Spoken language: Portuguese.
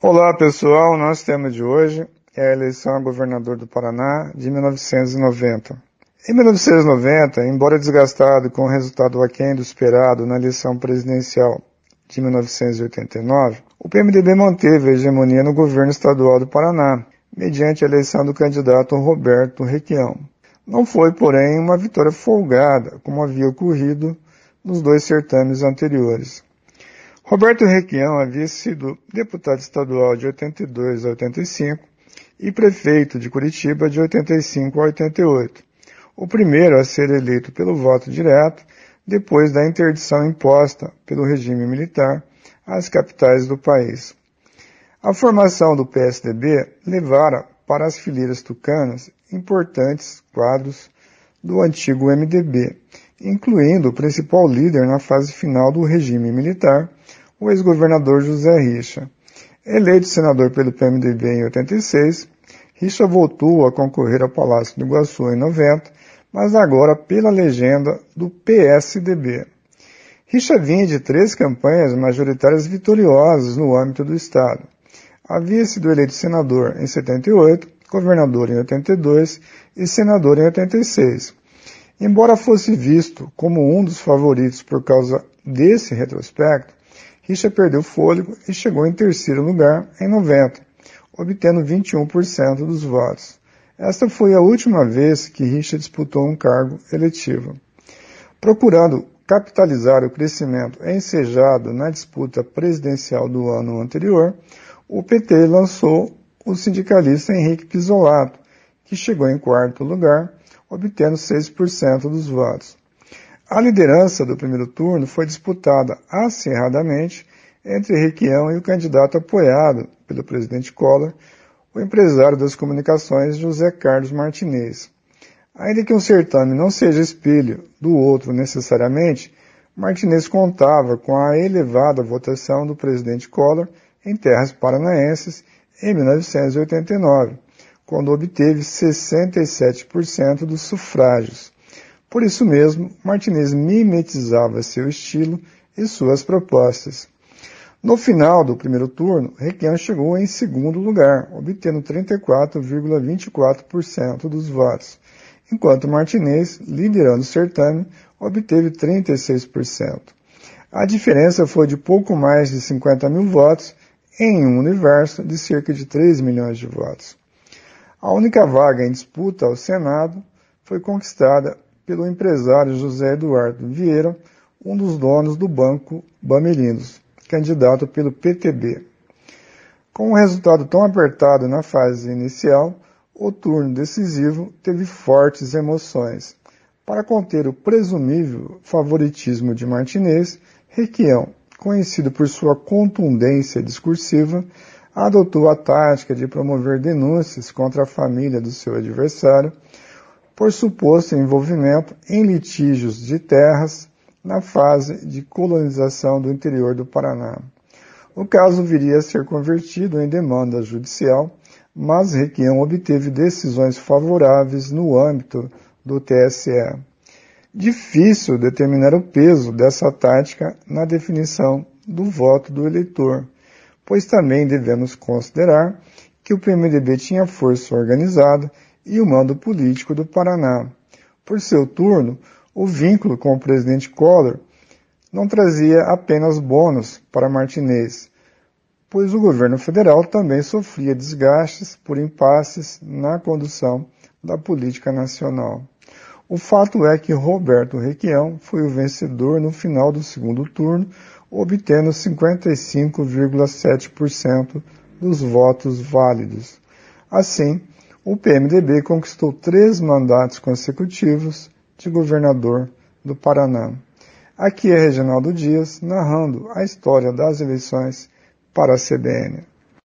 Olá pessoal, nosso tema de hoje é a eleição a governador do Paraná de 1990. Em 1990, embora desgastado com o resultado aquém do esperado na eleição presidencial de 1989, o PMDB manteve a hegemonia no governo estadual do Paraná, mediante a eleição do candidato Roberto Requião. Não foi, porém, uma vitória folgada, como havia ocorrido nos dois certames anteriores. Roberto Requião havia sido deputado estadual de 82 a 85 e prefeito de Curitiba de 85 a 88, o primeiro a ser eleito pelo voto direto depois da interdição imposta pelo regime militar às capitais do país. A formação do PSDB levara para as fileiras tucanas importantes quadros do antigo MDB, incluindo o principal líder na fase final do regime militar, o ex-governador José Richa. Eleito senador pelo PMDB em 86, Richa voltou a concorrer ao Palácio do Iguaçu em 90, mas agora pela legenda do PSDB. Richa vinha de 3 campanhas majoritárias vitoriosas no âmbito do Estado. Havia sido eleito senador em 78, governador em 82 e senador em 86. Embora fosse visto como um dos favoritos por causa desse retrospecto, Richa perdeu fôlego e chegou em terceiro lugar em 90, obtendo 21% dos votos. Esta foi a última vez que Richa disputou um cargo eletivo. Procurando capitalizar o crescimento ensejado na disputa presidencial do ano anterior, o PT lançou o sindicalista Henrique Pizzolatto, que chegou em quarto lugar, obtendo 6% dos votos. A liderança do primeiro turno foi disputada acirradamente entre Requião e o candidato apoiado pelo presidente Collor, o empresário das comunicações José Carlos Martinez. Ainda que um certame não seja espelho do outro necessariamente, Martinez contava com a elevada votação do presidente Collor em terras paranaenses em 1989, quando obteve 67% dos sufrágios. Por isso mesmo, Martinez mimetizava seu estilo e suas propostas. No final do primeiro turno, Requião chegou em segundo lugar, obtendo 34,24% dos votos, enquanto Martinez, liderando o certame, obteve 36%. A diferença foi de pouco mais de 50 mil votos em um universo de cerca de 3 milhões de votos. A única vaga em disputa ao Senado foi conquistada pelo empresário José Eduardo Vieira, um dos donos do Banco Bamerinos, candidato pelo PTB. Com um resultado tão apertado na fase inicial, o turno decisivo teve fortes emoções. Para conter o presumível favoritismo de Martinez, Requião, conhecido por sua contundência discursiva, adotou a tática de promover denúncias contra a família do seu adversário por suposto envolvimento em litígios de terras na fase de colonização do interior do Paraná. O caso viria a ser convertido em demanda judicial, mas Requião obteve decisões favoráveis no âmbito do TSE. Difícil determinar o peso dessa tática na definição do voto do eleitor, pois também devemos considerar que o PMDB tinha força organizada e o mando político do Paraná. Por seu turno, o vínculo com o presidente Collor não trazia apenas bônus para Martinez, pois o governo federal também sofria desgastes por impasses na condução da política nacional. O fato é que Roberto Requião foi o vencedor no final do segundo turno, obtendo 55,7% dos votos válidos. Assim, o PMDB conquistou 3 mandatos consecutivos de governador do Paraná. Aqui é Reginaldo Dias, narrando a história das eleições para a CBN.